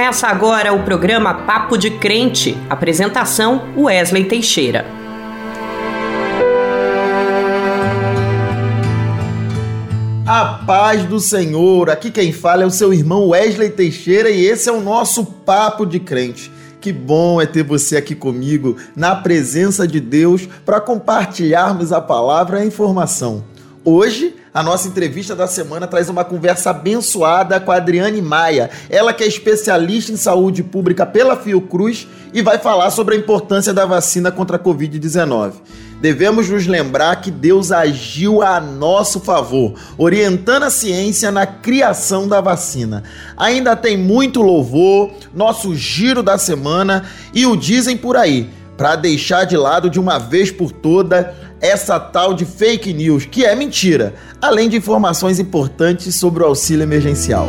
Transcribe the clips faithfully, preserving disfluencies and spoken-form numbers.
Começa agora o programa Papo de Crente. Apresentação: Wesley Teixeira. A paz do Senhor, aqui quem fala é o seu irmão Wesley Teixeira e esse é o nosso Papo de Crente. Que bom é ter você aqui comigo, na presença de Deus, para compartilharmos a palavra e a informação. Hoje, a nossa entrevista da semana traz uma conversa abençoada com a Adriane Maia, ela que é especialista em saúde pública pela Fiocruz e vai falar sobre a importância da vacina contra a covid dezenove. Devemos nos lembrar que Deus agiu a nosso favor, orientando a ciência na criação da vacina. Ainda tem muito louvor, nosso giro da semana e o dizem por aí, para deixar de lado de uma vez por toda essa tal de fake news, que é mentira, além de informações importantes sobre o auxílio emergencial.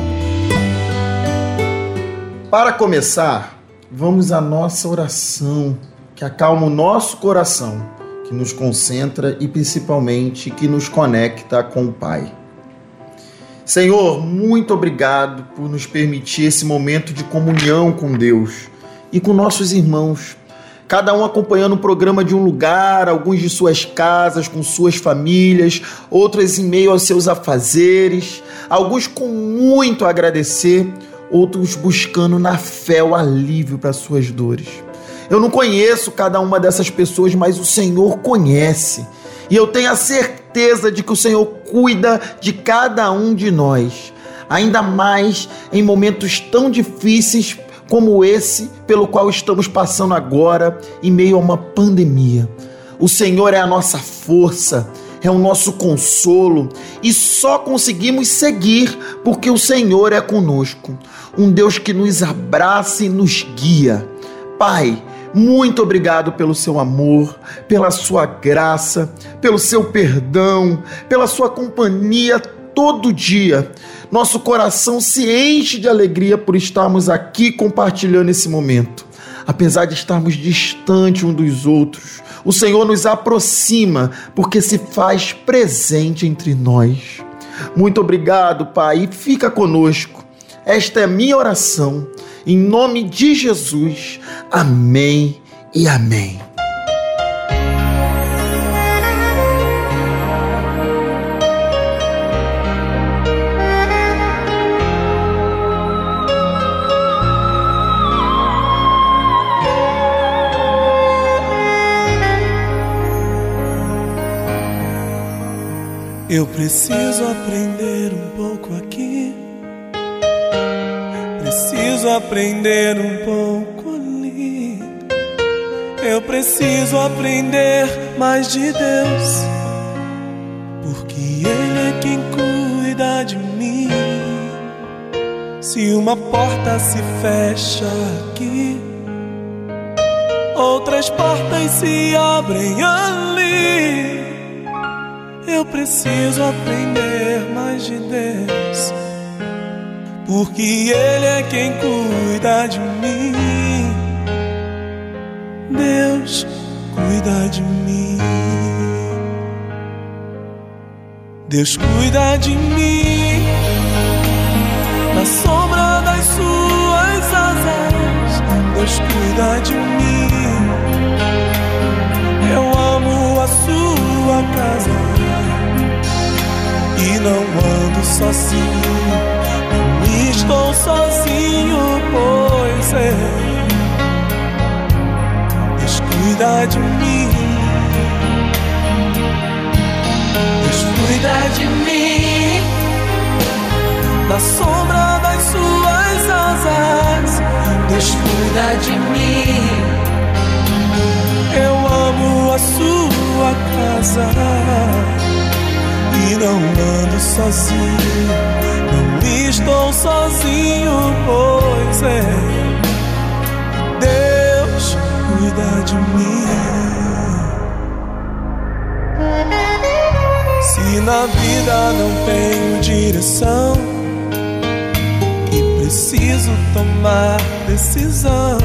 Para começar, vamos à nossa oração, que acalma o nosso coração, que nos concentra e principalmente que nos conecta com o Pai. Senhor, muito obrigado por nos permitir esse momento de comunhão com Deus e com nossos irmãos, cada um acompanhando o programa de um lugar, alguns de suas casas, com suas famílias, outros em meio aos seus afazeres, alguns com muito a agradecer, outros buscando na fé o alívio para suas dores. Eu não conheço cada uma dessas pessoas, mas o Senhor conhece. E eu tenho a certeza de que o Senhor cuida de cada um de nós, ainda mais em momentos tão difíceis como esse pelo qual estamos passando agora, em meio a uma pandemia. O Senhor é a nossa força, é o nosso consolo e só conseguimos seguir porque o Senhor é conosco. Um Deus que nos abraça e nos guia. Pai, muito obrigado pelo seu amor, pela sua graça, pelo seu perdão, pela sua companhia todo dia. Nosso coração se enche de alegria por estarmos aqui compartilhando esse momento. Apesar de estarmos distantes uns dos outros, o Senhor nos aproxima porque se faz presente entre nós. Muito obrigado, Pai, e fica conosco. Esta é a minha oração. Em nome de Jesus. Amém e amém. Eu preciso aprender um pouco aqui, preciso aprender um pouco ali. Eu preciso aprender mais de Deus, porque Ele é quem cuida de mim. Se uma porta se fecha aqui, outras portas se abrem ali. Eu preciso aprender mais de Deus, porque Ele é quem cuida de mim. Deus cuida de mim. Deus cuida de mim na sombra das suas asas. Deus cuida de mim. Eu amo a sua casa e não ando sozinho, não estou sozinho, pois é. Deus cuida de mim. Deus cuida de mim na sombra das suas asas. Deus cuida de mim. Eu amo a sua casa e não ando sozinho, não estou sozinho, pois é. Deus cuida de mim. Se na vida não tenho direção e preciso tomar decisão,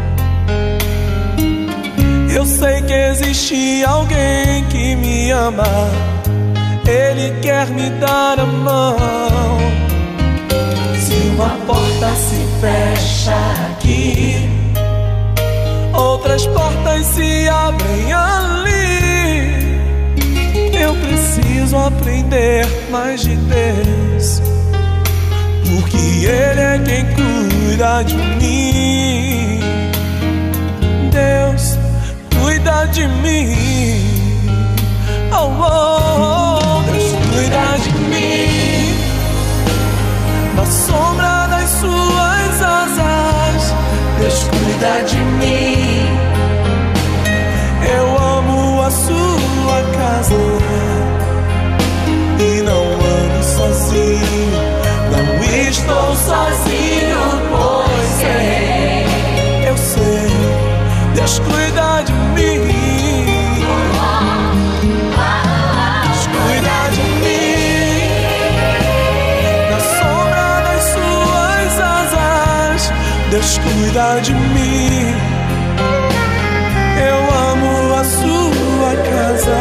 eu sei que existe alguém que me ama. Ele quer me dar a mão. Se uma porta porta se fecha aqui, outras portas se abrem ali. Eu preciso aprender mais de Deus, porque Ele é quem cuida de mim. Deus cuida de mim. Oh, oh, oh, Deus cuida de mim. Na sombra das suas asas, Deus cuida de mim. Eu amo a sua casa e não ando sozinho. Não estou sozinho, pois sei, eu sei, Deus cuida de mim. Deus cuida de mim. Na sombra das suas asas, Deus cuida de mim. Eu amo a sua casa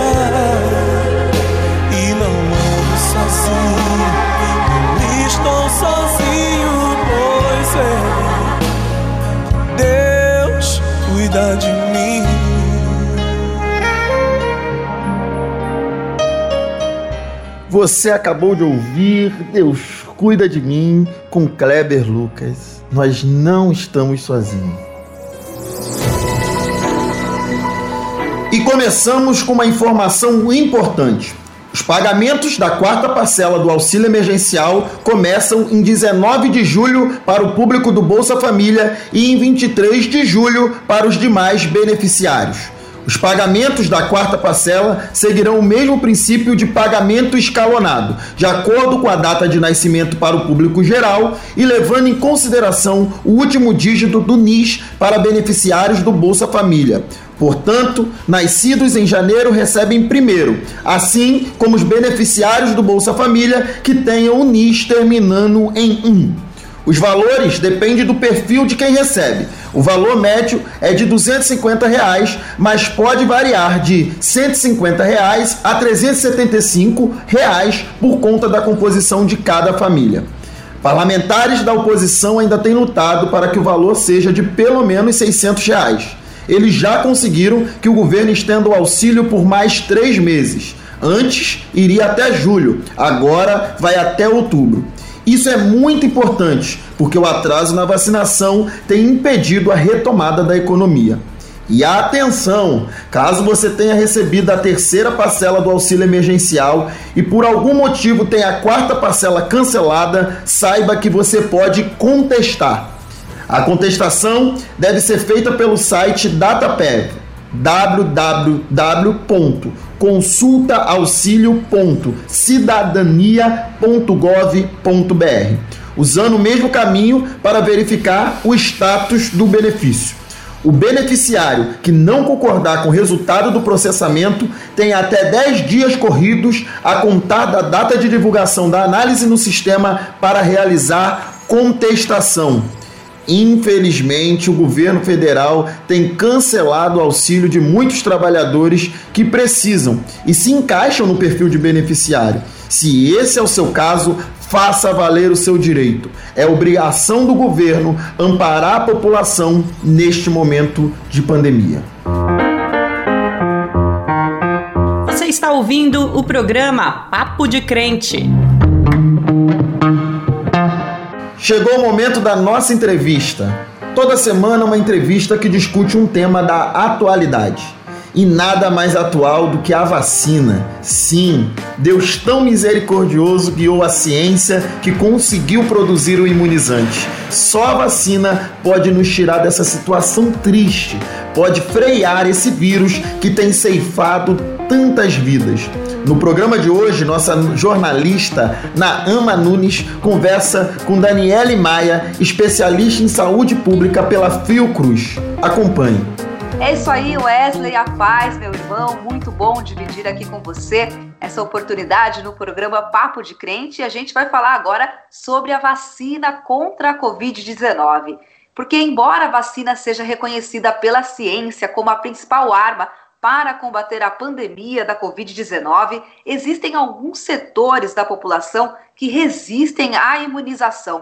e não ando sozinho. Não estou sozinho, pois é, Deus cuida de mim. Você acabou de ouvir Deus Cuida de Mim com Kleber Lucas. Nós não estamos sozinhos. E começamos com uma informação importante. Os pagamentos da quarta parcela do auxílio emergencial começam em dezenove de julho para o público do Bolsa Família e em vinte e três de julho para os demais beneficiários. Os pagamentos da quarta parcela seguirão o mesmo princípio de pagamento escalonado, de acordo com a data de nascimento para o público geral e levando em consideração o último dígito do N I S para beneficiários do Bolsa Família. Portanto, nascidos em janeiro recebem primeiro, assim como os beneficiários do Bolsa Família que tenham o N I S terminando em um. Os valores dependem do perfil de quem recebe. O valor médio é de duzentos e cinquenta reais, mas pode variar de cento e cinquenta reais a trezentos e setenta e cinco reais por conta da composição de cada família. Parlamentares da oposição ainda têm lutado para que o valor seja de pelo menos seiscentos reais. Eles já conseguiram que o governo estenda o auxílio por mais três meses. Antes, iria até julho, agora vai até outubro. Isso é muito importante, porque o atraso na vacinação tem impedido a retomada da economia. E atenção, caso você tenha recebido a terceira parcela do auxílio emergencial e por algum motivo tenha a quarta parcela cancelada, saiba que você pode contestar. A contestação deve ser feita pelo site DataPev, w w w ponto consulta auxílio ponto cidadania ponto gov ponto b r, usando o mesmo caminho para verificar o status do benefício. O beneficiário que não concordar com o resultado do processamento tem até dez dias corridos a contar da data de divulgação da análise no sistema para realizar contestação. Infelizmente, o governo federal tem cancelado o auxílio de muitos trabalhadores que precisam e se encaixam no perfil de beneficiário. Se esse é o seu caso, faça valer o seu direito. É obrigação do governo amparar a população neste momento de pandemia. Você está ouvindo o programa Papo de Crente. Chegou o momento da nossa entrevista. Toda semana uma entrevista que discute um tema da atualidade. E nada mais atual do que a vacina. Sim, Deus tão misericordioso guiou a ciência que conseguiu produzir o imunizante. Só a vacina pode nos tirar dessa situação triste, pode frear esse vírus que tem ceifado tantas vidas. No programa de hoje, nossa jornalista Naama Nunes conversa com Daniele Maia, especialista em saúde pública pela Fiocruz. Acompanhe. É isso aí, Wesley, a paz, meu irmão. Muito bom dividir aqui com você essa oportunidade no programa Papo de Crente. E a gente vai falar agora sobre a vacina contra a covid dezenove. Porque embora a vacina seja reconhecida pela ciência como a principal arma para combater a pandemia da covid dezenove, existem alguns setores da população que resistem à imunização.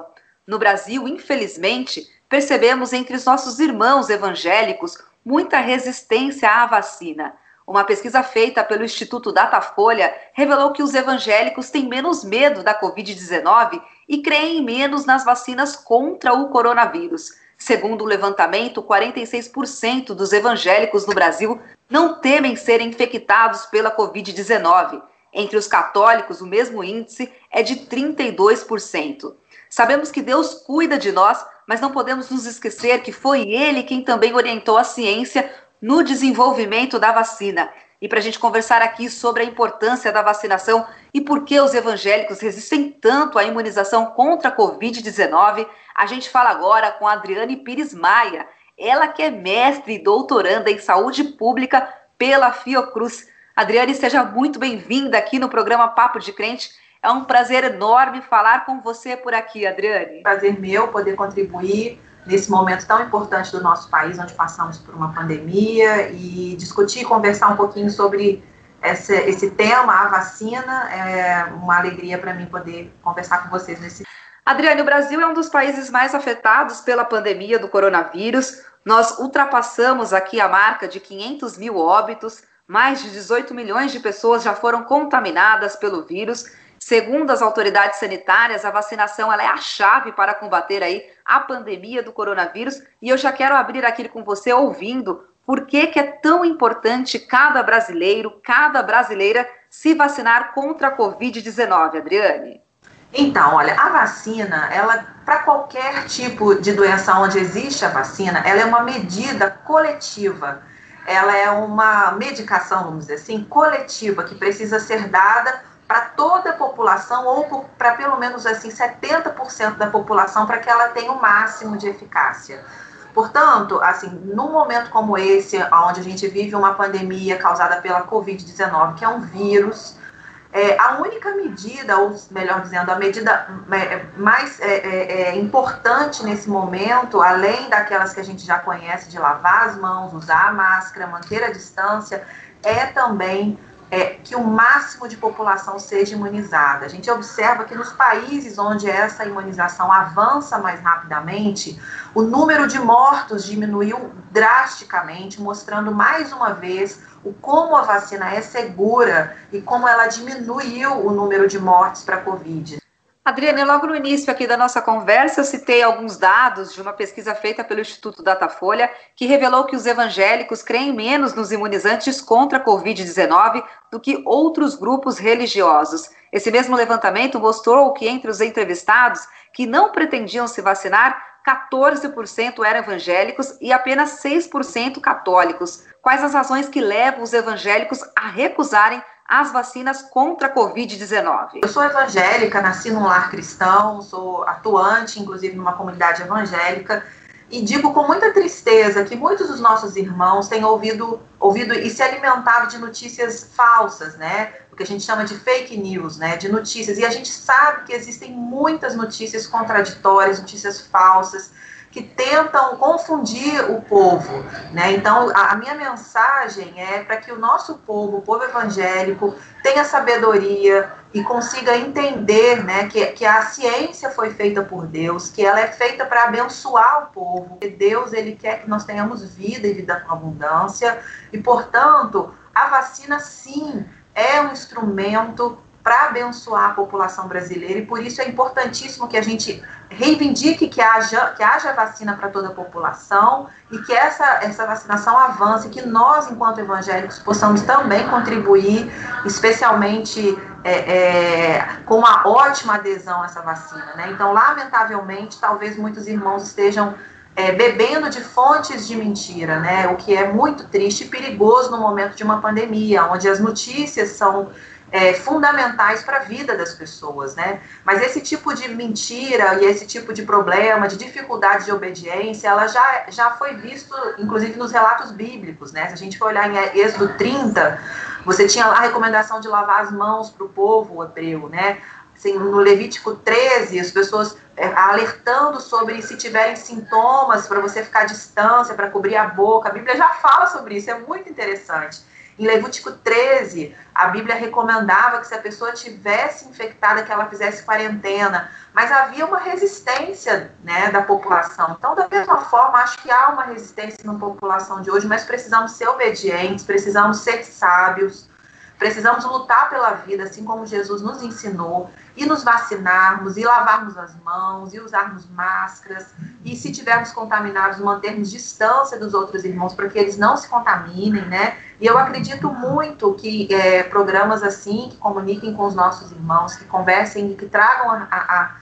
No Brasil, infelizmente, percebemos entre os nossos irmãos evangélicos muita resistência à vacina. Uma pesquisa feita pelo Instituto Datafolha revelou que os evangélicos têm menos medo da covid dezenove e creem menos nas vacinas contra o coronavírus. Segundo o levantamento, quarenta e seis por cento dos evangélicos no Brasil não temem ser infectados pela covid dezenove. Entre os católicos, o mesmo índice é de trinta e dois por cento. Sabemos que Deus cuida de nós, mas não podemos nos esquecer que foi Ele quem também orientou a ciência no desenvolvimento da vacina. E para a gente conversar aqui sobre a importância da vacinação e por que os evangélicos resistem tanto à imunização contra a covid dezenove, a gente fala agora com a Adriane Pires Maia, ela que é mestre e doutoranda em saúde pública pela Fiocruz. Adriane, seja muito bem-vinda aqui no programa Papo de Crente. É um prazer enorme falar com você por aqui, Adriane. Prazer meu poder contribuir nesse momento tão importante do nosso país, onde passamos por uma pandemia, e discutir e conversar um pouquinho sobre esse, esse tema, a vacina. É uma alegria para mim poder conversar com vocês nesse. Adriane, o Brasil é um dos países mais afetados pela pandemia do coronavírus. Nós ultrapassamos aqui a marca de quinhentos mil óbitos, mais de dezoito milhões de pessoas já foram contaminadas pelo vírus. Segundo as autoridades sanitárias, a vacinação ela é a chave para combater aí a pandemia do coronavírus. E eu já quero abrir aqui com você ouvindo por que, que é tão importante cada brasileiro, cada brasileira se vacinar contra a covid dezenove, Adriane. Então, olha, a vacina, ela, para qualquer tipo de doença onde existe a vacina, ela é uma medida coletiva. Ela é uma medicação, vamos dizer assim, coletiva, que precisa ser dada para toda a população, ou para pelo menos assim setenta por cento da população, para que ela tenha o máximo de eficácia. Portanto, assim, num momento como esse, onde a gente vive uma pandemia causada pela covid dezenove, que é um vírus, é, a única medida, ou melhor dizendo, a medida mais é, é, é, importante nesse momento, além daquelas que a gente já conhece de lavar as mãos, usar a máscara, manter a distância, é também É, que o máximo de população seja imunizada. A gente observa que nos países onde essa imunização avança mais rapidamente, o número de mortos diminuiu drasticamente, mostrando mais uma vez o como a vacina é segura e como ela diminuiu o número de mortes para a Covid. Adriane, logo no início aqui da nossa conversa, eu citei alguns dados de uma pesquisa feita pelo Instituto Datafolha, que revelou que os evangélicos creem menos nos imunizantes contra a covid dezenove do que outros grupos religiosos. Esse mesmo levantamento mostrou que entre os entrevistados que não pretendiam se vacinar, quatorze por cento eram evangélicos e apenas seis por cento católicos. Quais as razões que levam os evangélicos a recusarem as vacinas contra a covid dezenove? Eu sou evangélica, nasci num lar cristão, sou atuante, inclusive, numa comunidade evangélica, e digo com muita tristeza que muitos dos nossos irmãos têm ouvido, ouvido e se alimentado de notícias falsas, né? O que a gente chama de fake news, né? De notícias. E a gente sabe que existem muitas notícias contraditórias, notícias falsas, que tentam confundir o povo, né? Então, a, a minha mensagem é para que o nosso povo, o povo evangélico, tenha sabedoria e consiga entender, né, que, que a ciência foi feita por Deus, que ela é feita para abençoar o povo, que Deus, ele quer que nós tenhamos vida e vida com abundância, e, portanto, a vacina, sim, é um instrumento para abençoar a população brasileira, e por isso é importantíssimo que a gente reivindique que haja, que haja vacina para toda a população e que essa, essa vacinação avance, que nós, enquanto evangélicos, possamos também contribuir, especialmente é, é, com uma ótima adesão a essa vacina, né? Então, lamentavelmente, talvez muitos irmãos estejam é, bebendo de fontes de mentira, né? O que é muito triste e perigoso no momento de uma pandemia, onde as notícias são É, fundamentais para a vida das pessoas, né? Mas esse tipo de mentira e esse tipo de problema, de dificuldade de obediência, ela já, já foi visto, inclusive, nos relatos bíblicos, né? Se a gente for olhar em Êxodo trinta, você tinha lá a recomendação de lavar as mãos para o povo hebreu, né? Assim, no Levítico treze, as pessoas é, alertando sobre se tiverem sintomas, para você ficar à distância, para cobrir a boca. A Bíblia já fala sobre isso, é muito interessante. Em Levítico treze, a Bíblia recomendava que se a pessoa tivesse infectada, que ela fizesse quarentena, mas havia uma resistência, né, da população. Então, da mesma forma, acho que há uma resistência na população de hoje, mas precisamos ser obedientes, precisamos ser sábios, precisamos lutar pela vida, assim como Jesus nos ensinou, e nos vacinarmos, e lavarmos as mãos, e usarmos máscaras, e se tivermos contaminados, mantermos distância dos outros irmãos, para que eles não se contaminem, né? E eu acredito muito que é, programas assim, que comuniquem com os nossos irmãos, que conversem, que tragam a, a,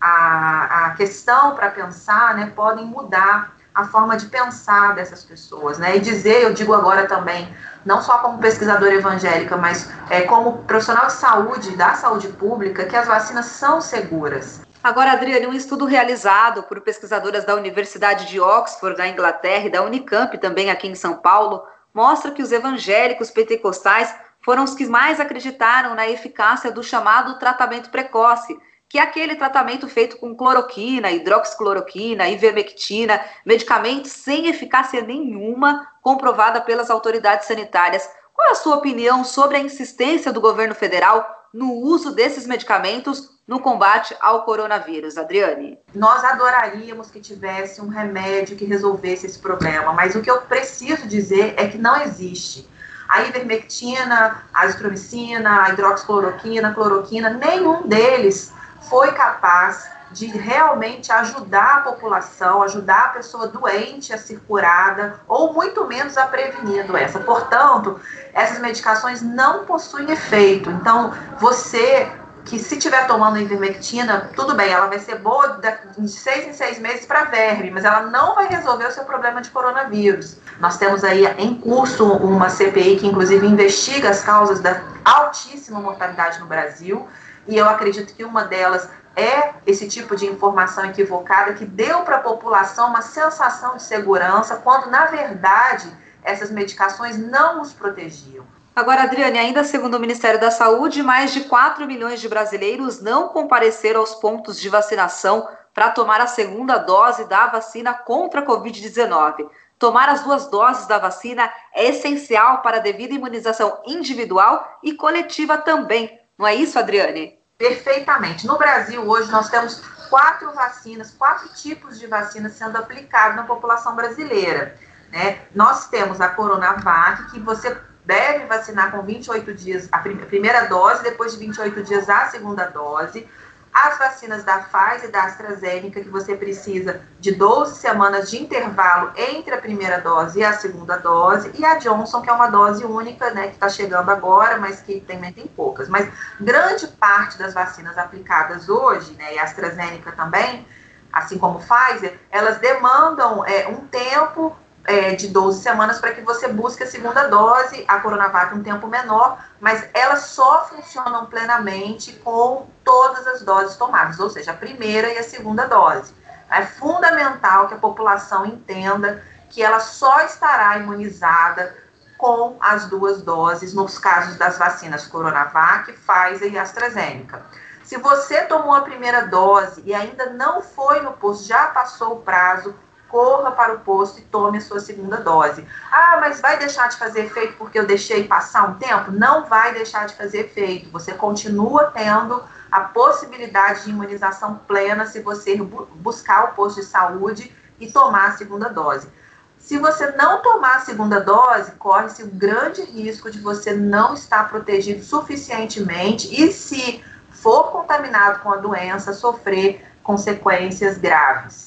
a, a questão para pensar, né, podem mudar a forma de pensar dessas pessoas, né? E dizer, eu digo agora também, não só como pesquisadora evangélica, mas é, como profissional de saúde, da saúde pública, que as vacinas são seguras. Agora, Adriane, um estudo realizado por pesquisadoras da Universidade de Oxford, na Inglaterra, e da Unicamp, também aqui em São Paulo, mostra que os evangélicos pentecostais foram os que mais acreditaram na eficácia do chamado tratamento precoce, que é aquele tratamento feito com cloroquina, hidroxicloroquina, ivermectina, medicamentos sem eficácia nenhuma, comprovada pelas autoridades sanitárias. Qual é a sua opinião sobre a insistência do governo federal no uso desses medicamentos no combate ao coronavírus, Adriane? Nós adoraríamos que tivesse um remédio que resolvesse esse problema, mas o que eu preciso dizer é que não existe. A ivermectina, a azitromicina, a hidroxicloroquina, a cloroquina, nenhum deles foi capaz de realmente ajudar a população, ajudar a pessoa doente a ser curada, ou muito menos a prevenir a doença. Portanto, essas medicações não possuem efeito. Então, você que se estiver tomando ivermectina, tudo bem, ela vai ser boa de seis em seis meses para verme, mas ela não vai resolver o seu problema de coronavírus. Nós temos aí em curso uma C P I que inclusive investiga as causas da altíssima mortalidade no Brasil, e eu acredito que uma delas é esse tipo de informação equivocada que deu para a população uma sensação de segurança, quando, na verdade, essas medicações não os protegiam. Agora, Adriane, ainda segundo o Ministério da Saúde, mais de quatro milhões de brasileiros não compareceram aos pontos de vacinação para tomar a segunda dose da vacina contra a covid dezenove. Tomar as duas doses da vacina é essencial para a devida imunização individual e coletiva também. Não é isso, Adriane? Perfeitamente. No Brasil, hoje, nós temos quatro vacinas, quatro tipos de vacinas sendo aplicados na população brasileira, né? Nós temos a Coronavac, que você deve vacinar com vinte e oito dias a primeira dose, depois de vinte e oito dias a segunda dose. As vacinas da Pfizer e da AstraZeneca, que você precisa de doze semanas de intervalo entre a primeira dose e a segunda dose, e a Johnson, que é uma dose única, né, que está chegando agora, mas que também tem poucas. Mas grande parte das vacinas aplicadas hoje, né, e a AstraZeneca também, assim como Pfizer, elas demandam é, um tempo É, de doze semanas para que você busque a segunda dose, a Coronavac um tempo menor, mas elas só funcionam plenamente com todas as doses tomadas, ou seja, a primeira e a segunda dose. É fundamental que a população entenda que ela só estará imunizada com as duas doses, nos casos das vacinas Coronavac, Pfizer e AstraZeneca. Se você tomou a primeira dose e ainda não foi no posto, já passou o prazo, corra para o posto e tome a sua segunda dose. Ah, mas vai deixar de fazer efeito porque eu deixei passar um tempo? Não vai deixar de fazer efeito. Você continua tendo a possibilidade de imunização plena se você bu- buscar o posto de saúde e tomar a segunda dose. Se você não tomar a segunda dose, corre-se o grande risco de você não estar protegido suficientemente e, se for contaminado com a doença, sofrer consequências graves.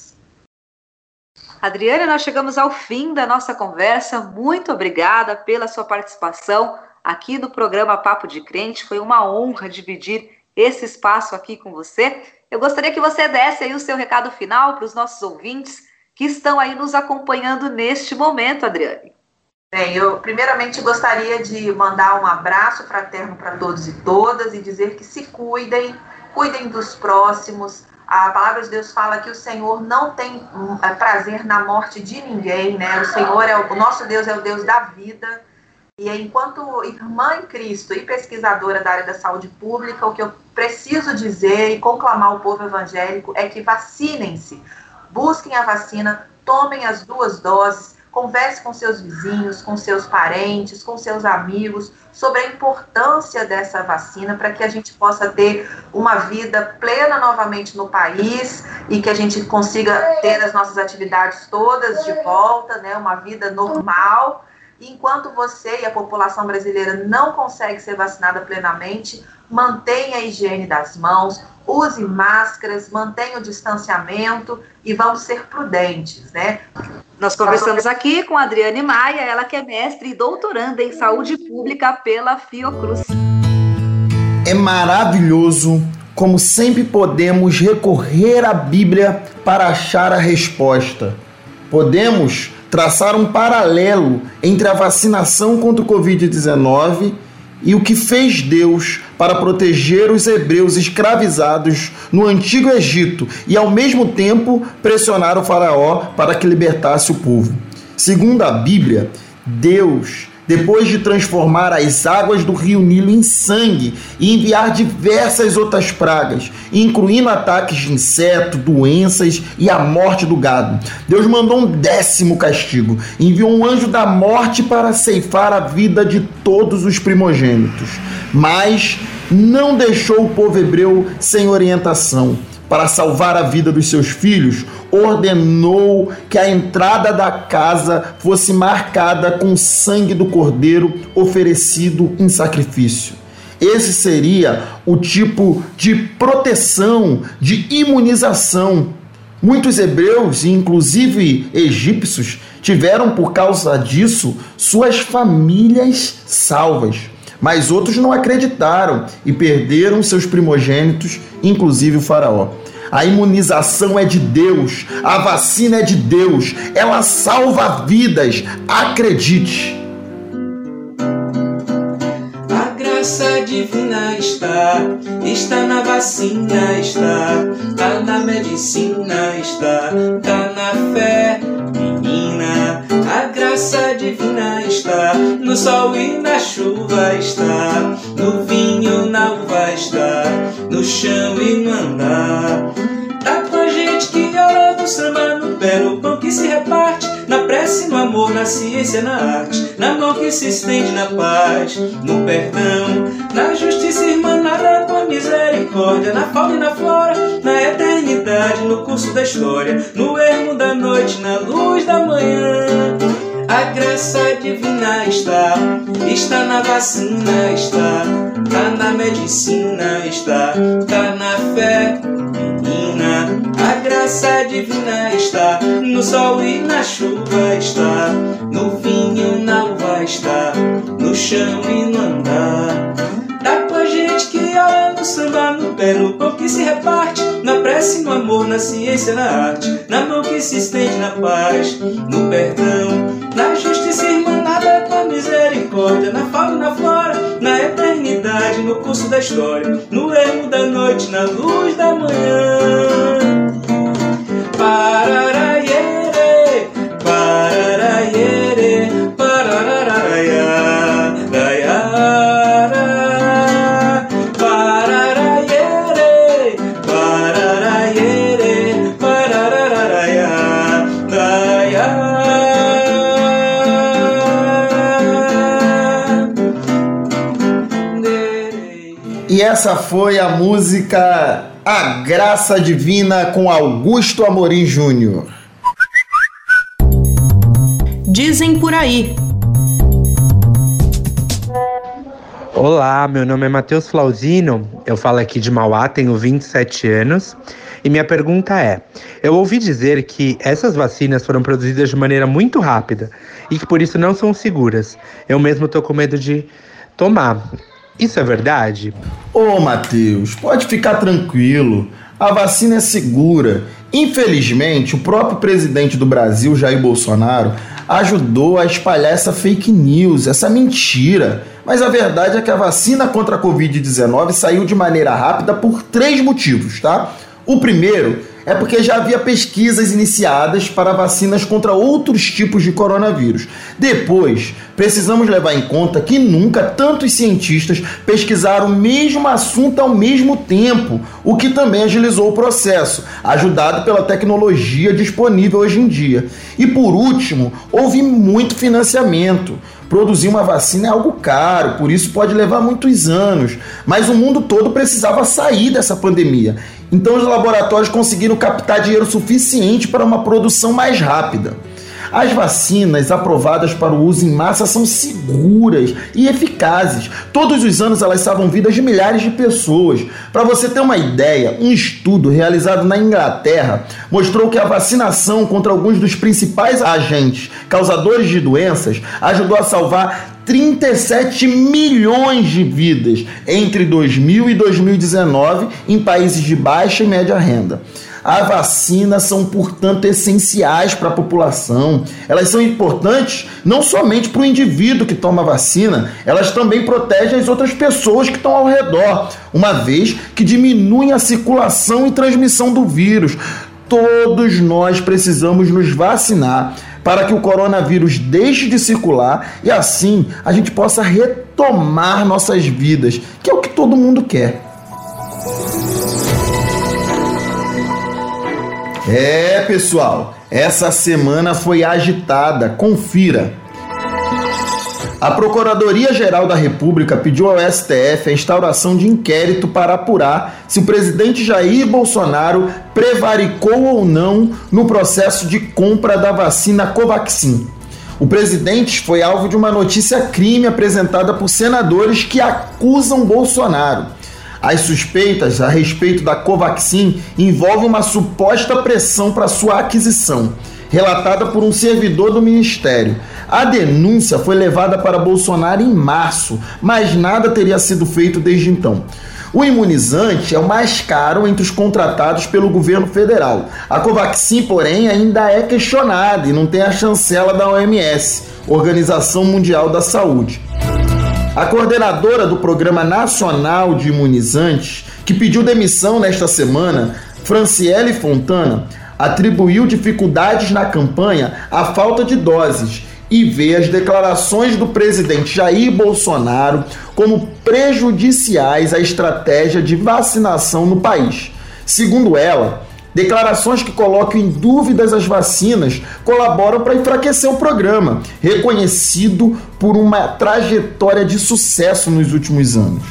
Adriane, nós chegamos ao fim da nossa conversa. Muito obrigada pela sua participação aqui no programa Papo de Crente. Foi uma honra dividir esse espaço aqui com você. Eu gostaria que você desse aí o seu recado final para os nossos ouvintes que estão aí nos acompanhando neste momento, Adriane. Bem, eu primeiramente gostaria de mandar um abraço fraterno para todos e todas e dizer que se cuidem, cuidem dos próximos. A palavra de Deus fala que o Senhor não tem prazer na morte de ninguém, né? O Senhor é o, o nosso Deus é o Deus da vida. E enquanto irmã em Cristo e pesquisadora da área da saúde pública, o que eu preciso dizer e conclamar ao povo evangélico é que vacinem-se, busquem a vacina, tomem as duas doses, converse com seus vizinhos, com seus parentes, com seus amigos, sobre a importância dessa vacina para que a gente possa ter uma vida plena novamente no país e que a gente consiga ter as nossas atividades todas de volta, né, uma vida normal. Enquanto você e a população brasileira não consegue ser vacinada plenamente, mantenha a higiene das mãos, use máscaras, mantenha o distanciamento e vamos ser prudentes, né? Nós conversamos aqui com a Adriane Maia, ela que é mestre e doutoranda em saúde pública pela Fiocruz. É maravilhoso como sempre podemos recorrer à Bíblia para achar a resposta. Podemos traçar um paralelo entre a vacinação contra o covid dezenove e o que fez Deus para proteger os hebreus escravizados no Antigo Egito e, ao mesmo tempo, pressionar o faraó para que libertasse o povo. Segundo a Bíblia, Deus, depois de transformar as águas do rio Nilo em sangue e enviar diversas outras pragas, incluindo ataques de insetos, doenças e a morte do gado, Deus mandou um décimo castigo, enviou um anjo da morte para ceifar a vida de todos os primogênitos, mas não deixou o povo hebreu sem orientação. Para salvar a vida dos seus filhos, ordenou que a entrada da casa fosse marcada com o sangue do cordeiro oferecido em sacrifício. Esse seria o tipo de proteção, de imunização. Muitos hebreus, inclusive egípcios, tiveram por causa disso suas famílias salvas. Mas outros não acreditaram e perderam seus primogênitos, inclusive o faraó. A imunização é de Deus, a vacina é de Deus, ela salva vidas, acredite. A graça divina está, está na vacina, está, tá na medicina, está, tá na fé, menina. A graça divina está, no sol e na chuva está, no vinho, na uva está, no chão e no andar. Tá com a gente que ora do samba no pé, no pão que se reparte, na prece, no amor, na ciência, na arte, na mão que se estende na paz, no perdão, na justiça irmanada com a misericórdia, na fauna e na flora, na eternidade, no curso da história, no ermo da noite, na luz da manhã. A graça divina está, está na vacina, está, tá na medicina, está, tá na fé, menina. A graça divina está, no sol e na chuva está, no vinho, na uva está, no chão e no andar. Tá com a gente que ora no samba no pé, no pão que se reparte, na prece, no amor, na ciência, na arte, na mão que se estende na paz, no perdão, na justiça irmanada com a misericórdia, na fauna e na flora, na eternidade, no curso da história, no ermo da noite, na luz da manhã. Pararaiere, pararaiere, parararaia, raiara, pararaiere, pararaiere, parararaia, raiara. E essa foi a música A Graça Divina com Augusto Amorim Júnior. Dizem por aí. Olá, meu nome é Matheus Flauzino, eu falo aqui de Mauá, tenho vinte e sete anos e minha pergunta é: eu ouvi dizer que essas vacinas foram produzidas de maneira muito rápida e que por isso não são seguras. Eu mesmo tô com medo de tomar. Isso é verdade? Ô Matheus, pode ficar tranquilo, a vacina é segura. Infelizmente, o próprio presidente do Brasil, Jair Bolsonaro, ajudou a espalhar essa fake news, essa mentira. Mas a verdade é que a vacina contra a covid dezenove saiu de maneira rápida por três motivos, tá? O primeiro é porque já havia pesquisas iniciadas para vacinas contra outros tipos de coronavírus. Depois, precisamos levar em conta que nunca tantos cientistas pesquisaram o mesmo assunto ao mesmo tempo, o que também agilizou o processo, ajudado pela tecnologia disponível hoje em dia. E por último, houve muito financiamento. Produzir uma vacina é algo caro, por isso pode levar muitos anos, mas o mundo todo precisava sair dessa pandemia. Então os laboratórios conseguiram captar dinheiro suficiente para uma produção mais rápida. As vacinas aprovadas para o uso em massa são seguras e eficazes. Todos os anos elas salvam vidas de milhares de pessoas. Para você ter uma ideia, um estudo realizado na Inglaterra mostrou que a vacinação contra alguns dos principais agentes causadores de doenças ajudou a salvar trinta e sete milhões de vidas entre dois mil e dois mil e dezenove em países de baixa e média renda. As vacinas são, portanto, essenciais para a população. Elas são importantes não somente para o indivíduo que toma a vacina, elas também protegem as outras pessoas que estão ao redor, uma vez que diminuem a circulação e transmissão do vírus. Todos nós precisamos nos vacinar para que o coronavírus deixe de circular e assim a gente possa retomar nossas vidas, que é o que todo mundo quer. É, pessoal, essa semana foi agitada, confira. A Procuradoria-Geral da República pediu ao S T F a instauração de inquérito para apurar se o presidente Jair Bolsonaro prevaricou ou não no processo de compra da vacina Covaxin. O presidente foi alvo de uma notícia-crime apresentada por senadores que acusam Bolsonaro. As suspeitas a respeito da Covaxin envolvem uma suposta pressão para sua aquisição, relatada por um servidor do Ministério. A denúncia foi levada para Bolsonaro em março, mas nada teria sido feito desde então. O imunizante é o mais caro entre os contratados pelo governo federal. A Covaxin, porém, ainda é questionada e não tem a chancela da O M S, Organização Mundial da Saúde. A coordenadora do Programa Nacional de Imunizantes, que pediu demissão nesta semana, Franciele Fontana, atribuiu dificuldades na campanha à falta de doses e vê as declarações do presidente Jair Bolsonaro como prejudiciais à estratégia de vacinação no país. Segundo ela, declarações que colocam em dúvidas as vacinas colaboram para enfraquecer o programa, reconhecido por uma trajetória de sucesso nos últimos anos.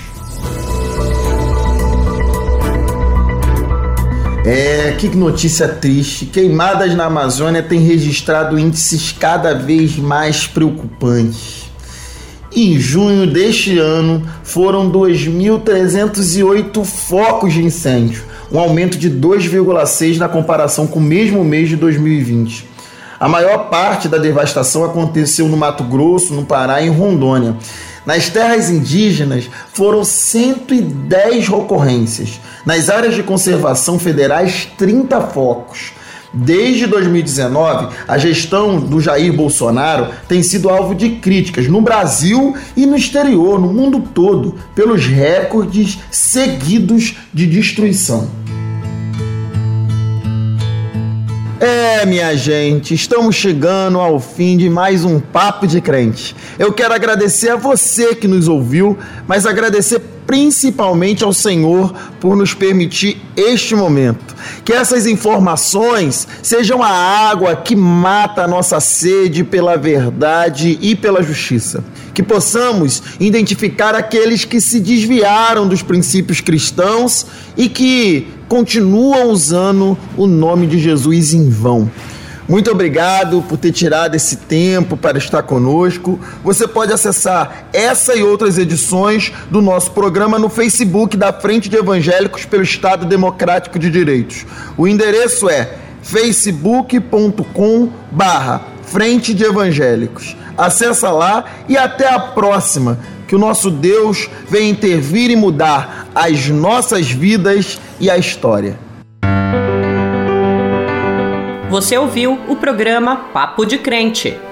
É, que notícia triste. Queimadas na Amazônia têm registrado índices cada vez mais preocupantes. Em junho deste ano, foram dois mil trezentos e oito focos de incêndio, um aumento de dois vírgula seis na comparação com o mesmo mês de dois mil e vinte. A maior parte da devastação aconteceu no Mato Grosso, no Pará e em Rondônia. Nas terras indígenas, foram cento e dez ocorrências. Nas áreas de conservação federais, trinta focos. Desde dois mil e dezenove, a gestão do Jair Bolsonaro tem sido alvo de críticas no Brasil e no exterior, no mundo todo, pelos recordes seguidos de destruição. É, minha gente, estamos chegando ao fim de mais um Papo de Crente. Eu quero agradecer a você que nos ouviu, mas agradecer principalmente ao Senhor por nos permitir este momento. Que essas informações sejam a água que mata a nossa sede pela verdade e pela justiça. Que possamos identificar aqueles que se desviaram dos princípios cristãos e que continuam usando o nome de Jesus em vão. Muito obrigado por ter tirado esse tempo para estar conosco. Você pode acessar essa e outras edições do nosso programa no Facebook da Frente de Evangélicos pelo Estado Democrático de Direitos. O endereço é facebook ponto com barra Frente de Evangélicos. Acessa lá e até a próxima. Que o nosso Deus venha intervir e mudar as nossas vidas e a história. Você ouviu o programa Papo de Crente.